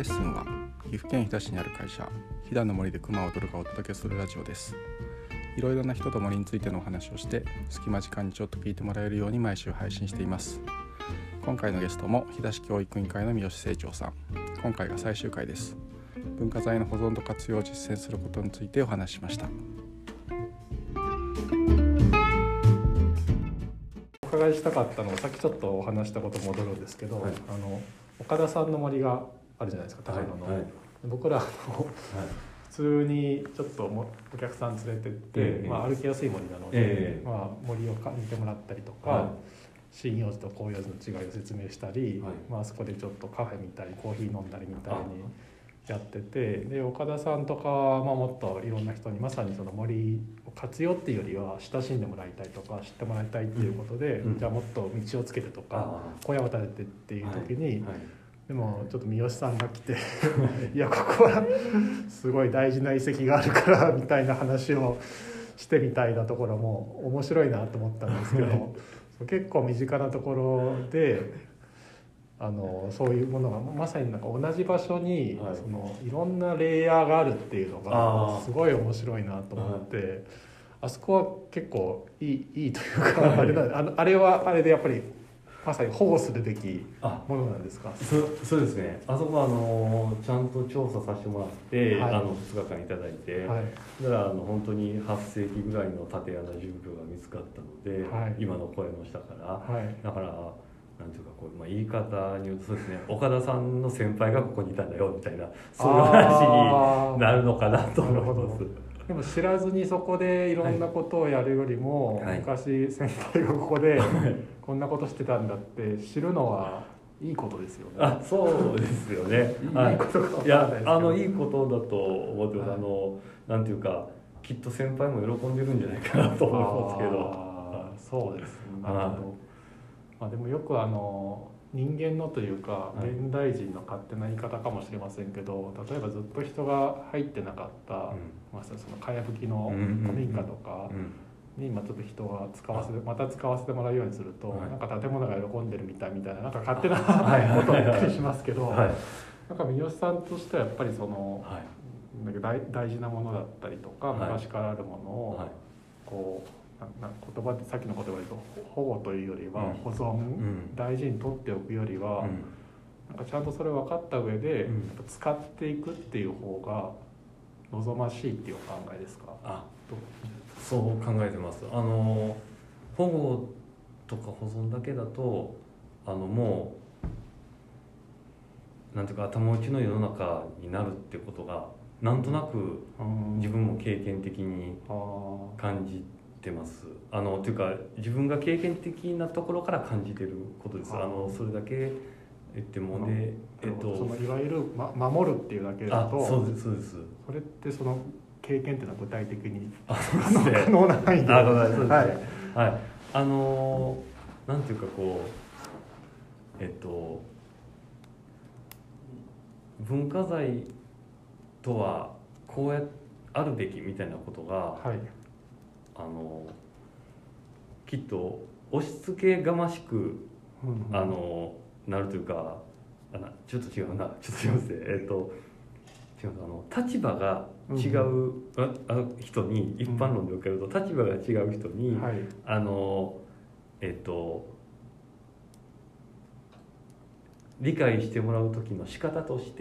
ッスンは岐阜県日田市にある会社飛騨の森で熊を踊るがお届けするラジオです。いろいろな人と森についてのお話をして隙間時間にちょっと聞いてもらえるように毎週配信しています。今回のゲストも日田市教育委員会の三好清張さん。今回が最終回です。文化財の保存と活用を実践することについてお話ししました。お伺いしたかったのはさっきちょっとお話したこと戻るんですけど、岡田さんの森があるじゃないですか、高野の、僕ら普通にちょっとお客さん連れてって、歩きやすい森なので、森を見てもらったりとか、針葉樹と広葉樹の違いを説明したり、あそこでちょっとカフェ見たりコーヒー飲んだりみたいにやってて、で岡田さんとか、もっといろんな人にまさにその森を活用っていうよりは親しんでもらいたいとか知ってもらいたいっていうことで、じゃあもっと道をつけてとか小屋を建ててっていう時に、でもちょっと三好さんが来ていやここはすごい大事な遺跡があるからみたいな話をしてみたいなところも面白いなと思ったんですけど結構身近なところでそういうものがまさになんか同じ場所に、いろんなレイヤーがあるっていうのがすごい面白いなと思って、あそこは結構いいというかあれはあれでやっぱりまさに保護するべきものなんですか？ そうですね。あそこはちゃんと調査させてもらって、2日間いただいて、だから本当に8世紀ぐらいの竪穴住居が見つかったので、今の声の下から、だからなんていうか言い方に言うとそうですね、岡田さんの先輩がここにいたんだよみたいな、そういう話になるのかなと思います。 でも知らずにそこでいろんなことをやるよりも、昔先輩がここでこんなことしてたんだって知るのはいいことですよね。 そうですよね。 いいことか分からないですけど、 いいことだと思ってます。なんていうかきっと先輩も喜んでるんじゃないかなと思いますけど。 そうですね。なるほど。でもよく人間のというか現代人の勝手な言い方かもしれませんけど、例えばずっと人が入ってなかった、そのかやぶきの古民家とかに今ちょっと人がまた使わせてもらうようにすると、なんか建物が喜んでるみたいな、なんか勝手なことを言ったりしますけど、なんか三好さんとしてはやっぱりその、大事なものだったりとか昔からあるものをこう言葉でさっきの言葉で言うと保護というよりは保存、大事に取っておくよりは、なんかちゃんとそれを分かった上で、使っていくっていう方が望ましいっていうお考えですか？ そう考えてます。保護とか保存だけだともうなんていうか頭打ちの世の中になるってことがなんとなく自分も経験的に感じてます。というか自分が経験的なところから感じてることです。それだけ言ってもね、 そのいわゆる、守るっていうだけだと、 そうですそうです。 それってその経験っていうのは具体的に可能な範囲で、 なんていうか文化財とはこうあるべきみたいなことが、きっと押し付けがましく、なるというかちょっと違うなちょっと違いますね。立場が違う人に、一般論で受けると立場が違う人に、理解してもらう時の仕方として、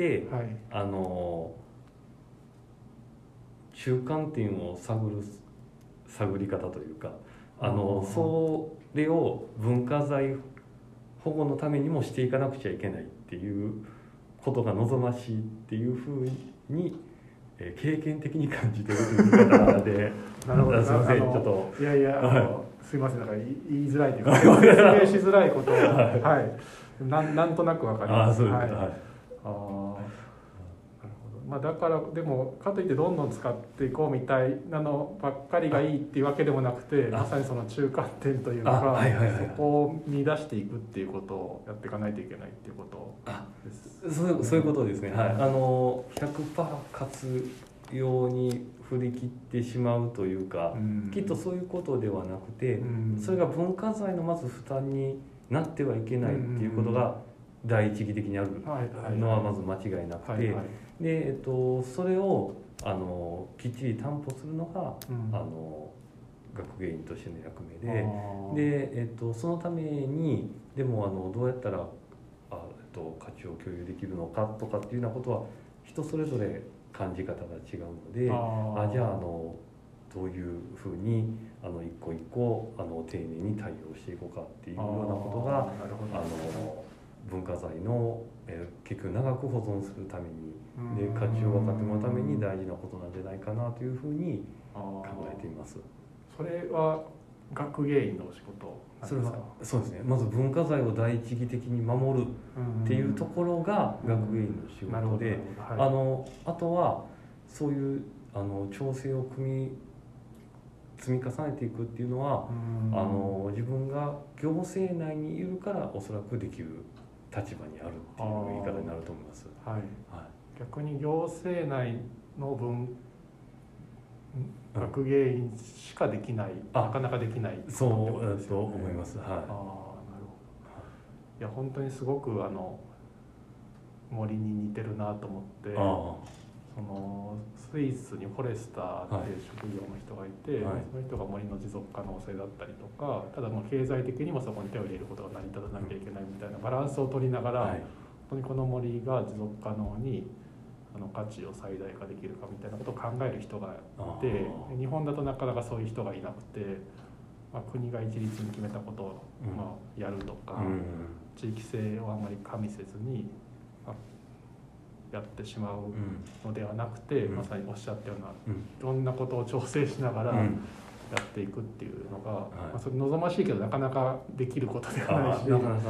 中間点を探り方というか、それを文化財保護のためにもしていかなくちゃいけないっていうことが望ましいっていうふうに、経験的に感じてるという方でなるほど。 すいません、ちょっとすいません、だから言いづらいというか説明しづらいことはなんとなくわかります。 そうです。 なるほど。だからでもかといってどんどん使っていこうみたいなのばっかりがいいっていうわけでもなくて、まさにその中間点というか、そこを見出していくっていうことをやっていかないといけないっていうことです。 そういうことですね。100% 活用に振り切ってしまうというか、きっとそういうことではなくて、それが文化財のまず負担になってはいけないっていうことが第一義的にあるのはまず間違いなくて、で、それをきっちり担保するのが、学芸員としての役目で、そのためにでもどうやったら価値を共有できるのかとかっていうようなことは人それぞれ感じ方が違うので、じゃあどういうふうに一個一個丁寧に対応していこうかっていうようなことが文化財の結局長く保存するためにで価値を分かってもらうために大事なことなんじゃないかなというふうに考えています。 それは学芸員のお仕事それはそうですね。まず文化財を第一義的に守るっていうところが学芸員の仕事で、あとはそういう調整を積み重ねていくっていうのは自分が行政内にいるからおそらくできる立場にあるっていう言い方になると思います。 逆に行政内の学芸員しかできない、なかなかできない、 そうだと思います。なるほど。 いや本当にすごく森に似てるなと思って、そのスイスにフォレスターっていう職業の人がいて、その人が森の持続可能性だったりとか、ただ経済的にもそこに手を入れることが成り立たなきゃいけないみたいなバランスを取りながら、本当にこの森が持続可能に価値を最大化できるかみたいなことを考える人がいて、日本だとなかなかそういう人がいなくて、国が一律に決めたことをやるとか、地域性をあまり加味せずにやってしまうのではなくて、まさにおっしゃったような、いろんなことを調整しながらやっていくっていうのが、それ望ましいけどなかなかできることではないし。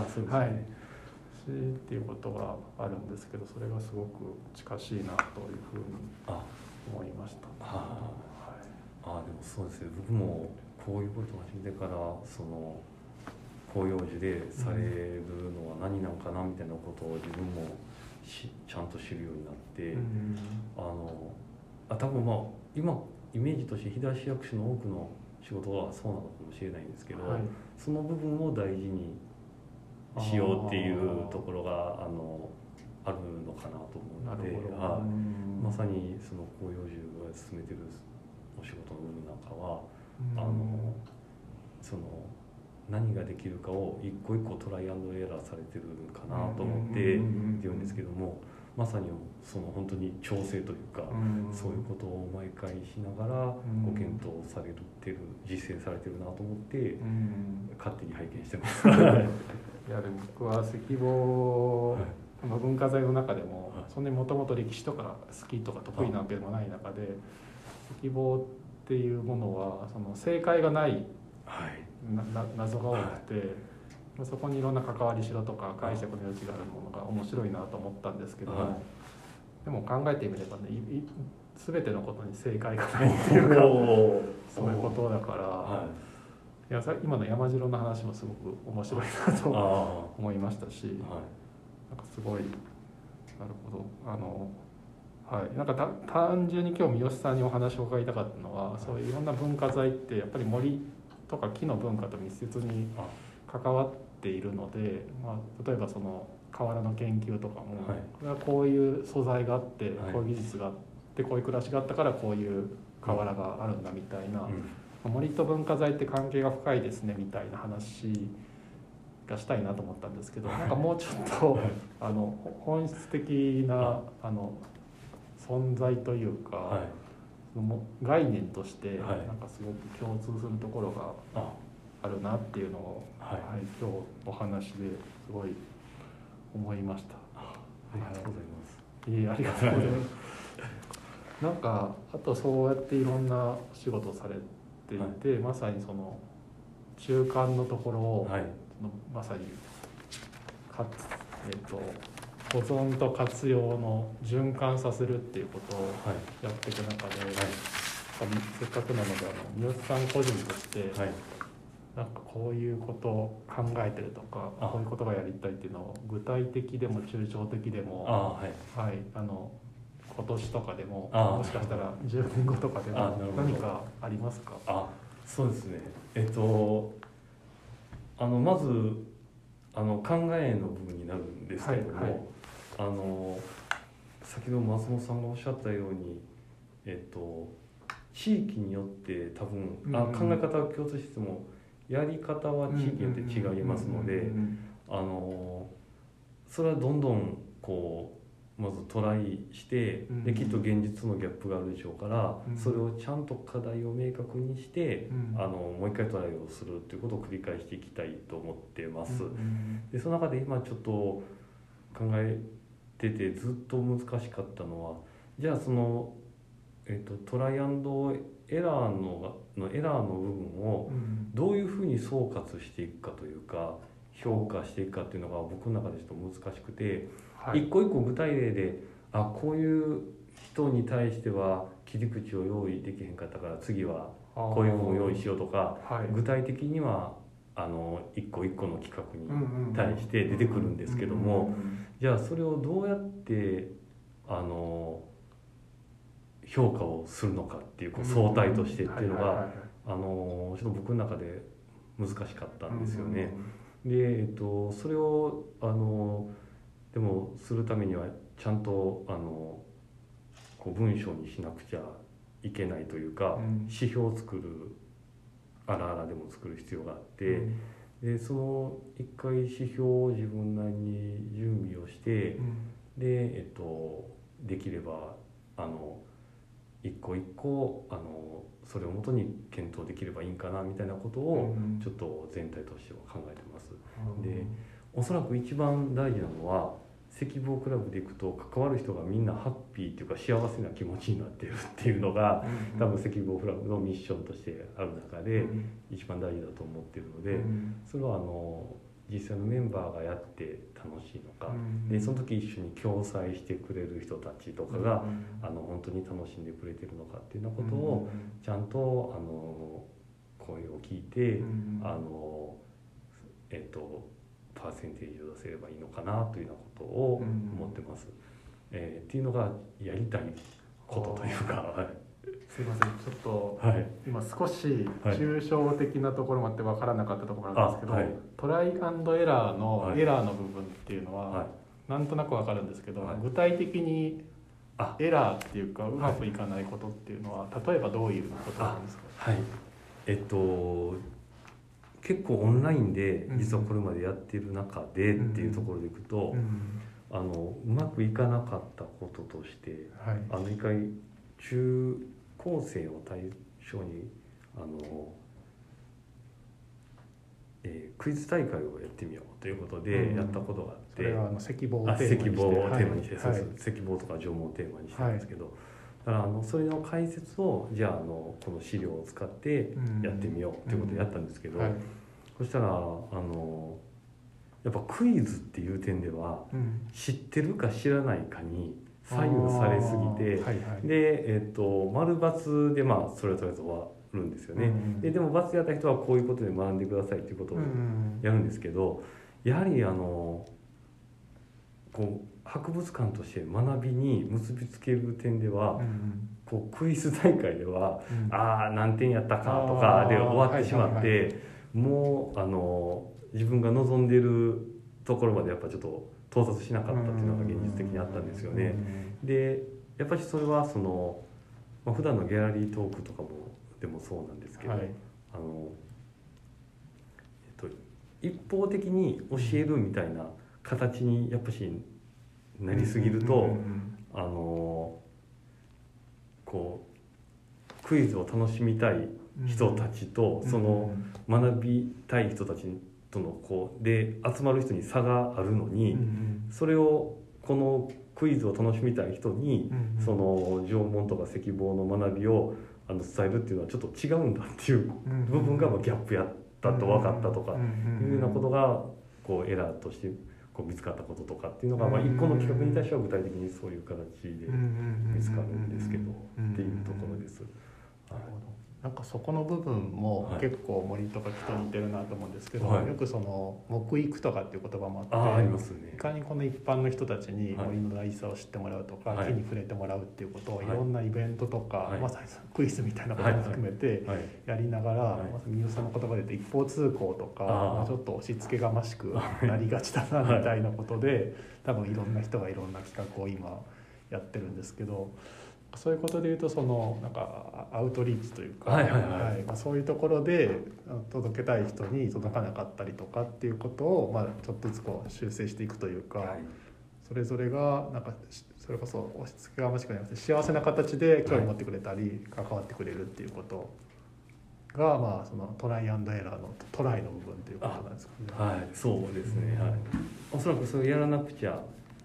っていうことがあるんですけど、それがすごく近しいなというふうに思いました。 でもそうですね。僕もこういうことを始めてから広葉樹でされるのは何なのかなみたいなことを自分もちゃんと知るようになって、多分今イメージとして東役所の多くの仕事はそうなのかもしれないんですけど、その部分を大事にしようっていうところがあるのかなと思うので、まさにその広葉樹が進めてるお仕事の部分なんかは何ができるかを一個一個トライアンドエラーされてるかなと思って言うんですけども、まさに本当に調整というか、そういうことを毎回しながらご検討されてる、実践されてるなと思って勝手に拝見してます。 いやでも僕は石棒文化財の中でもそんなにもともと歴史とか好きとか得意なわけでもない中で、石棒っていうものは正解がない謎が多くて、そこにいろんな関わりしろとか解釈の余地があるものが面白いなと思ったんですけども、でも考えてみればね、全てのことに正解がないっていうかそういうことだから。いや今の山城の話もすごく面白いなと思いましたし、なんかすごいなるほどなんか単純に今日三好さんにお話を伺いたかったのは、そういういろんな文化財ってやっぱり森とか木の文化と密接に関わっているので、例えば瓦の研究とかも、これはこういう素材があって、こういう技術があってこういう暮らしがあったからこういう瓦があるんだみたいな。森と文化財って関係が深いですねみたいな話がしたいなと思ったんですけど、なんかもうちょっと本質的な存在というか、概念としてなんかすごく共通するところがあるなっていうのを、今日お話ですごい思いました。 ありがとうございます。 いえ、ありがとうございます。なんかあとそうやっていろんな仕事をされていて、まさに中間のところを、まさに保存と活用の循環させるっていうことをやっていく中で、せっかくなので三好さん個人として、なんかこういうことを考えてるとか、こういうことがやりたいっていうのを具体的でも抽象的でも、今年とかでも、もしかしたら10年後とかでも何かありますか？ そうですね。まず考えの部分になるんですけども、先ほど松本さんがおっしゃったように、地域によって多分考え方は共通してもやり方は地域によって違いますので、それはどんどんこうまずトライして、できっと現実のギャップがあるでしょうから、それをちゃんと課題を明確にして、もう一回トライをするということを繰り返していきたいと思ってます。でその中で今ちょっと考えててずっと難しかったのは、じゃあその、トライアンドエラーの部分をどういうふうに総括していくかというか評価していくかっていうのが僕の中でちょっと難しくて、一個一個具体例でこういう人に対しては切り口を用意できへんかったから次はこういうものを用意しようとか、具体的には一個一個の企画に対して出てくるんですけども、じゃあそれをどうやって評価をするのかっていう相対としてっていうのがちょっと僕の中で難しかったんですよね。で、それをでもするためにはちゃんとこう文章にしなくちゃいけないというか、指標を作るあらあらでも作る必要があって、でその一回指標を自分なりに準備をして、で、できれば一個一個それをもとに検討できればいいんかなみたいなことをちょっと全体としては考えてます。でおそらく一番大事なのは赤帽クラブでいくと関わる人がみんなハッピーっていうか幸せな気持ちになってるっていうのが多分赤帽クラブのミッションとしてある中で一番大事だと思ってるので、それは実際のメンバーがやって楽しいのか、でその時一緒に共催してくれる人たちとかが本当に楽しんでくれてるのかっていうようなことをちゃんと声を聞いてパーセンテージを出せればいいのかなというようなことを思ってます。っていうのがやりたいことというか。 すいません、ちょっと、今少し抽象的なところまで分からなかったところなんですけど、トライアンドエラーのエラーの部分っていうのはなんとなく分かるんですけど、具体的にエラーっていうかうまくいかないことっていうのは例えばどういうことなんですか？ 結構オンラインで実はこれまでやっている中でっていうところでいくと、うまくいかなかったこととして、一回中高生を対象にクイズ大会をやってみようということでやったことがあって、 それは赤帽をテーマにして、 赤帽とか縄文をテーマにしてるんですけど、だからそれの解説をじゃあこの資料を使ってやってみようということをやったんですけど、そしたらやっぱクイズっていう点では、知ってるか知らないかに左右されすぎて、で丸×でそれはとりあえず終わるんですよね。でも×やった人はこういうことで学んでくださいっていうことをやるんですけど、やはりこう博物館として学びに結びつける点では、こうクイズ大会では何点やったかとかで終わってしまって、もう自分が望んでいるところまでやっぱちょっと到達しなかったっていうのが現実的にあったんですよね。でやっぱりそれは普段のギャラリートークとかもでもそうなんですけど、一方的に教えるみたいな形にやっぱしなりすぎると、こうクイズを楽しみたい人たちとその学びたい人たちとので集まる人に差があるのに、それをこのクイズを楽しみたい人にその縄文とか赤帽の学びを伝えるっていうのはちょっと違うんだっていう部分がギャップやったと分かったとかいうようなことがエラーとして見つかったこととかっていうのが一個の企画に対しては具体的にそういう形で見つかるんですけどっていうところです。 なんかそこの部分も結構森とか木と似てるなと思うんですけど、 はい、 よくその木育とかっていう言葉もあって、 ありますね、 いかにこの一般の人たちに森の大事さを知ってもらうとか、木に触れてもらうっていうことをいろんなイベントとか、まさにクイズみたいなことも含めてやりながら、三好さんの言葉で言うと一方通行とか、ちょっと押し付けがましくなりがちだなみたいなことで、多分いろんな人がいろんな企画を今やってるんですけど。そういうことでいうとそのなんかアウトリーチというか、そういうところで届けたい人に届かなかったりとかっていうことを、ちょっとずつこう修正していくというか、それぞれがなんかそれこそ押し付けがましくなくて幸せな形で興味持ってくれたり関わってくれるっていうことが、そのトライアンドエラーのトライの部分ということなんですかね。 はい、そうですね、おそらくそれをやらなくちゃ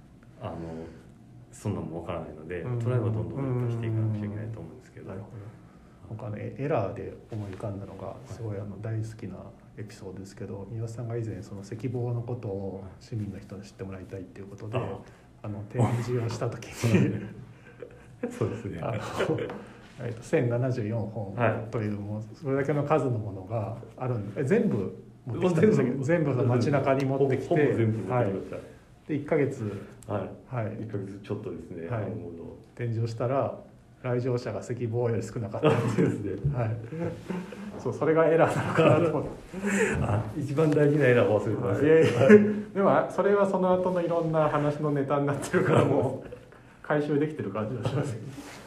そんなのもわからないので、トライはどんどん生かしていかなくちゃいけないと思うんですけど、 僕エラーで思い浮かんだのがすごい大好きなエピソードですけど、三好さんが以前その石棒のことを市民の人に知ってもらいたいっていうことで展示をした時にそうですね 1074本というもうそれだけの数のものがあるんで、全部持ってきたんですけど、全部街中に持ってきて、で1ヶ月 1ヶ月ちょっとですね、 展示をしたら来場者が石棒より少なかったんですね。それがエラーなのかなと思って一番大事なエラーを忘れてました。 でもそれはその後のいろんな話のネタになってるからもう回収できてる感じがしますけど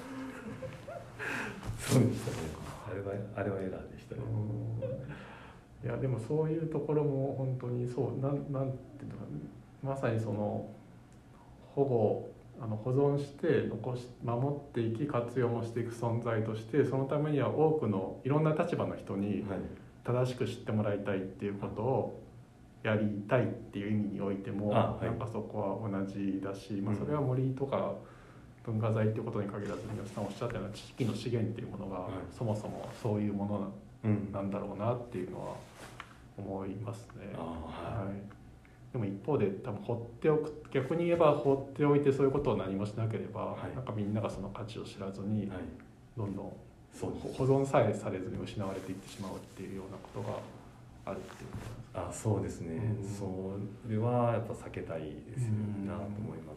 そうでしたね、あれはエラーでしたね。 いやでもそういうところも本当にそうなんていうのかまさにその保存して守っていき活用もしていく存在として、そのためには多くのいろんな立場の人に正しく知ってもらいたいっていうことをやりたいっていう意味においても、なんかそこは同じだし、それは森とか文化財っていうことに限らず、皆さんおっしゃったような知識の資源っていうものがそもそもそういうものなんだろうなっていうのは思いますね。でも一方で多分放っておく、逆に言えば放っておいてそういうことを何もしなければ、なんかみんながその価値を知らずに、どんどん保存さえされずに失われていってしまうっていうようなことがあるっていうことですか。 そうですね、それはやっぱ避けたいですなと思います。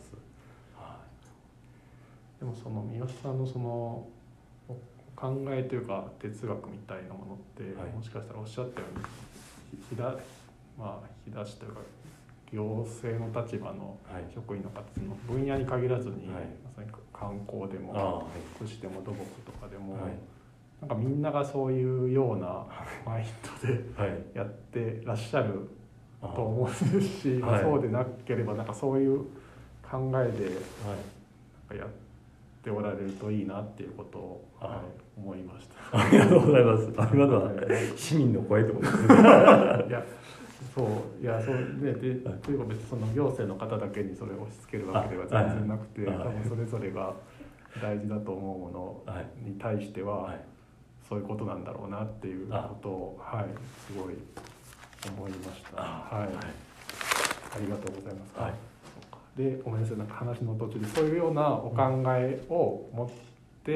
でもその三好さんのその考えというか哲学みたいなものって、もしかしたらおっしゃったように日出しというか行政の立場の職員の方の分野に限らずに、まさに観光でも福祉でも土木とかでも、なんかみんながそういうようなマインドでやってらっしゃると思うんですし、そうでなければなんかそういう考えでやっておられるといいなっていうことを思いました。 ありがとうございます。今のは市民の声ってことですね。 そうね、というか別にその行政の方だけにそれを押し付けるわけでは全然なくて、多分それぞれが大事だと思うものに対してはそういうことなんだろうなっていうことをすごい思いました。ありがとうございます。でごめんなさい、なんか話の途中でそういうようなお考えを持って、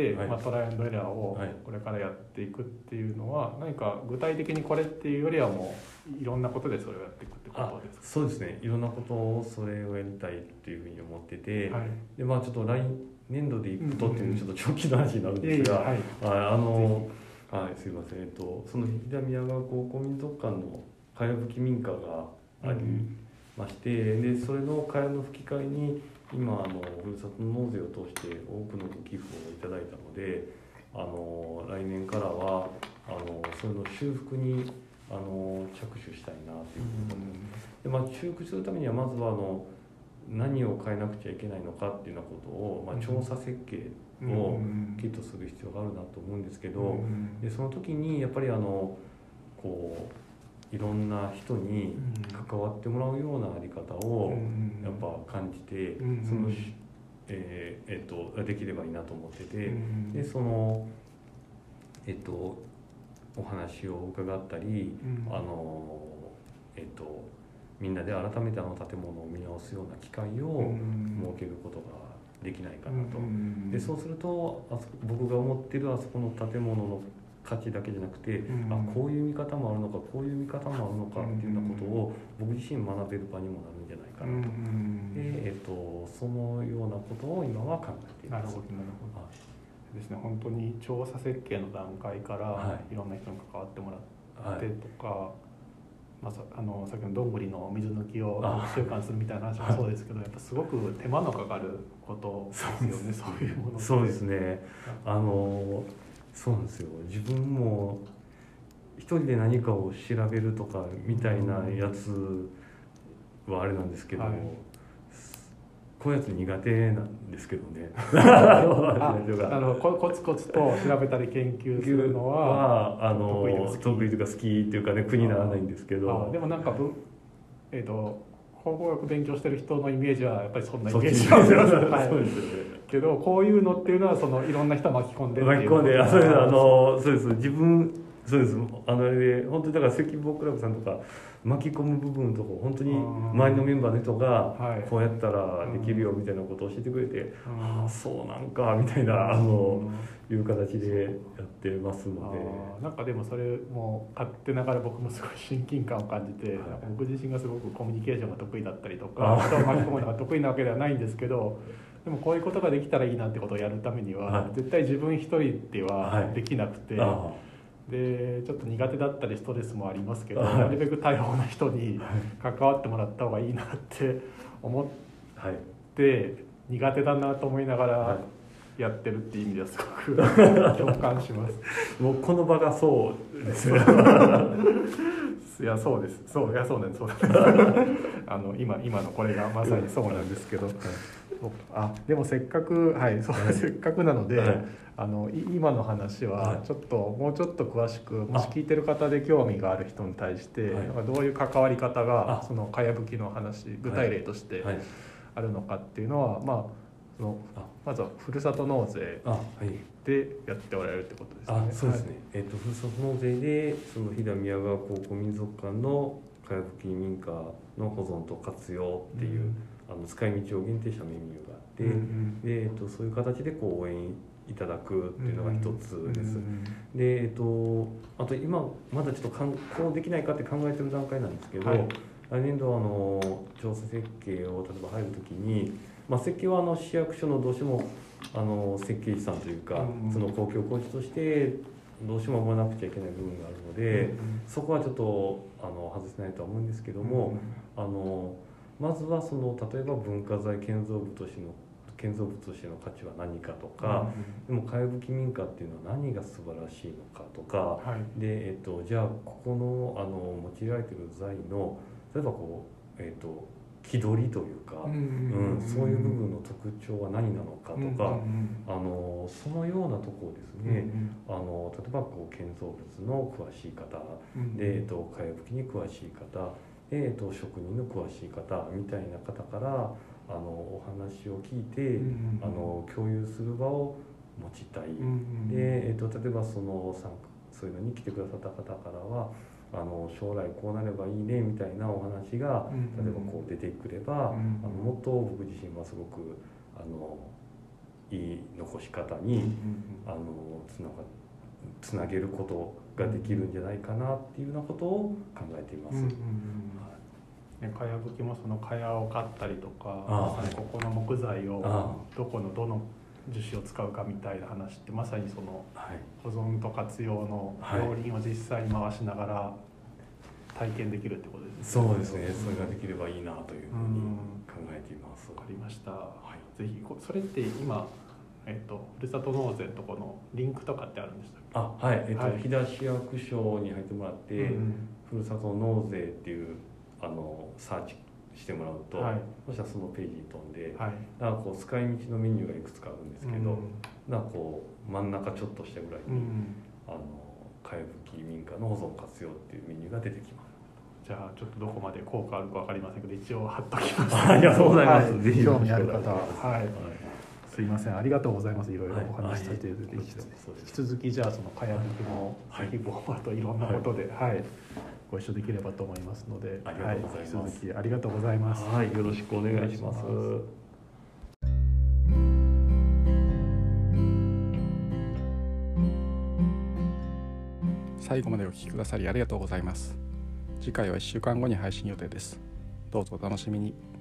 トライアンドエラーをこれからやっていくっていうのは、何か具体的にこれっていうよりはもういろんなことでそれをやっていくってことですか？ そうですね、いろんなことをそれをやりたいっていうふうに思ってて、でちょっと来年度でいくとっていうちょっと長期の話になるんですが、すいません、その飛騨宮川高校民族館のかやぶき民家がありまして、でそれのかやの吹き替えに今ふるさと納税を通して多くのご寄付をいただいたので、来年からはそれの修復に着手したいなということで、修復するためにはまずは何を変えなくちゃいけないのかっていうようなことを、調査設計をきっとする必要があるなと思うんですけど、でその時にやっぱりいろんな人に関わってもらうようなあり方をやっぱ感じて、そのできればいいなと思ってて、でそのお話を伺ったり、みんなで改めて建物を見直すような機会を設けることができないかなと。でそうすると僕が思ってるあそこの建物の価値だけじゃなくて、こういう見方もあるのかこういう見方もあるのかっていうようなことを僕自身学べる場にもなるんじゃないかなと、でそのようなことを今は考えています。 なるほどなるほど、ですね。本当に調査設計の段階からいろんな人に関わってもらってとか、さっきのどんぐりの水抜きを6週間するみたいな話もそうですけど、やっぱすごく手間のかかることですよね。そういうもの。 そうですね。そうなんですよ。自分も一人で何かを調べるとかみたいなやつはあれなんですけど、こういうやつ苦手なんですけどね。 コツコツと調べたり研究するのは得意というか好きっていうかね、苦にならないんですけど、 でもなんか考古学勉強してる人のイメージはやっぱりそんなイメージなんですよ。そうですよね。けどこういうのっていうのはいろんな人巻き込んでそうです自分そうですあれで本当にだから赤坊クラブさんとか巻き込む部分とか本当に周りのメンバーの人がこうやったらできるよみたいなことを教えてくれて、ああそうなんかみたいないう形でやってますので、 なんかでもそれも勝手ながら僕もすごい親近感を感じて、僕自身がすごくコミュニケーションが得意だったりとか人を巻き込むのが得意なわけではないんですけど、でもこういうことができたらいいなってことをやるためには、絶対自分一人ではできなくて、でちょっと苦手だったりストレスもありますけど、なるべく多様な人に関わってもらった方がいいなって思って、苦手だなと思いながらやってるっていう意味ではすごく共感します。 もうこの場がそうですよ。 いやそうです。そうなんです。今のこれがまさにそうなんですけど。でもせっかくせっかくなので、今の話はもうちょっと詳しく、もし聞いてる方で興味がある人に対して、どういう関わり方がそのかやぶきの話具体例としてあるのかっていうのは、まずはふるさと納税でやっておられるってことですね。 そうですね。ふるさと納税でその飛騨宮川高校民族館のかやぶき民家の保存と活用っていう、使い道を限定したメニューがあって、でそういう形で応援いただくっていうのが一つです。であと今まだちょっとこうできないかって考えてる段階なんですけど、来年度調査設計を例えば入るときに、設計は市役所のどうしても設計士さんというか、その公共工事としてどうしても守らなくちゃいけない部分があるので、そこはちょっと外せないとは思うんですけども、まずは例えば文化財建造物としての価値は何かとか、でもかやぶき民家っていうのは何が素晴らしいのかとか、でじゃあここの用いられている材の例えば木取りというか、そういう部分の特徴は何なのかとか、そのようなところですね、例えば建造物の詳しい方で、かやぶきに詳しい方で、職人の詳しい方みたいな方からお話を聞いて、共有する場を持ちたい。で、例えばそういうのに来てくださった方からは将来こうなればいいねみたいなお話が例えば出てくれば、もっと僕自身はすごくいい残し方につなげることができるんじゃないかなっていうようなことを考えています。 かやぶきもそのかやを買ったりとか、ここの木材をどの樹脂を使うかみたいな話って、まさにその保存と活用の両輪を実際に回しながら体験できるってことですね。そうですね。それができればいいなというふうに考えています。 わかりました。ぜひそれって今ふるさと納税のところのリンクとかってあるんでしたっけ？ 飛騨市役所に入ってもらって、ふるさと納税っていうサーチしてもらうと、そしたらそのページに飛んで、使い道のメニューがいくつかあるんですけど、真ん中ちょっとしたぐらいに、かやぶき民家の保存活用っていうメニューが出てきます。 じゃあちょっとどこまで効果あるか分かりませんけど、一応貼っときます。 ありがとうございます。ぜひ興味ある方は、すいません、ありがとうございます。いろいろお話しさせていただいて、引き続きじゃあそのかやぶきの希望といろんなことで、ご一緒できればと思いますので、 ありがとうございます。 引き続きありがとうございます。 よろしくお願いします。 最後までお聞きくださりありがとうございます。次回は1週間後に配信予定です。どうぞお楽しみに。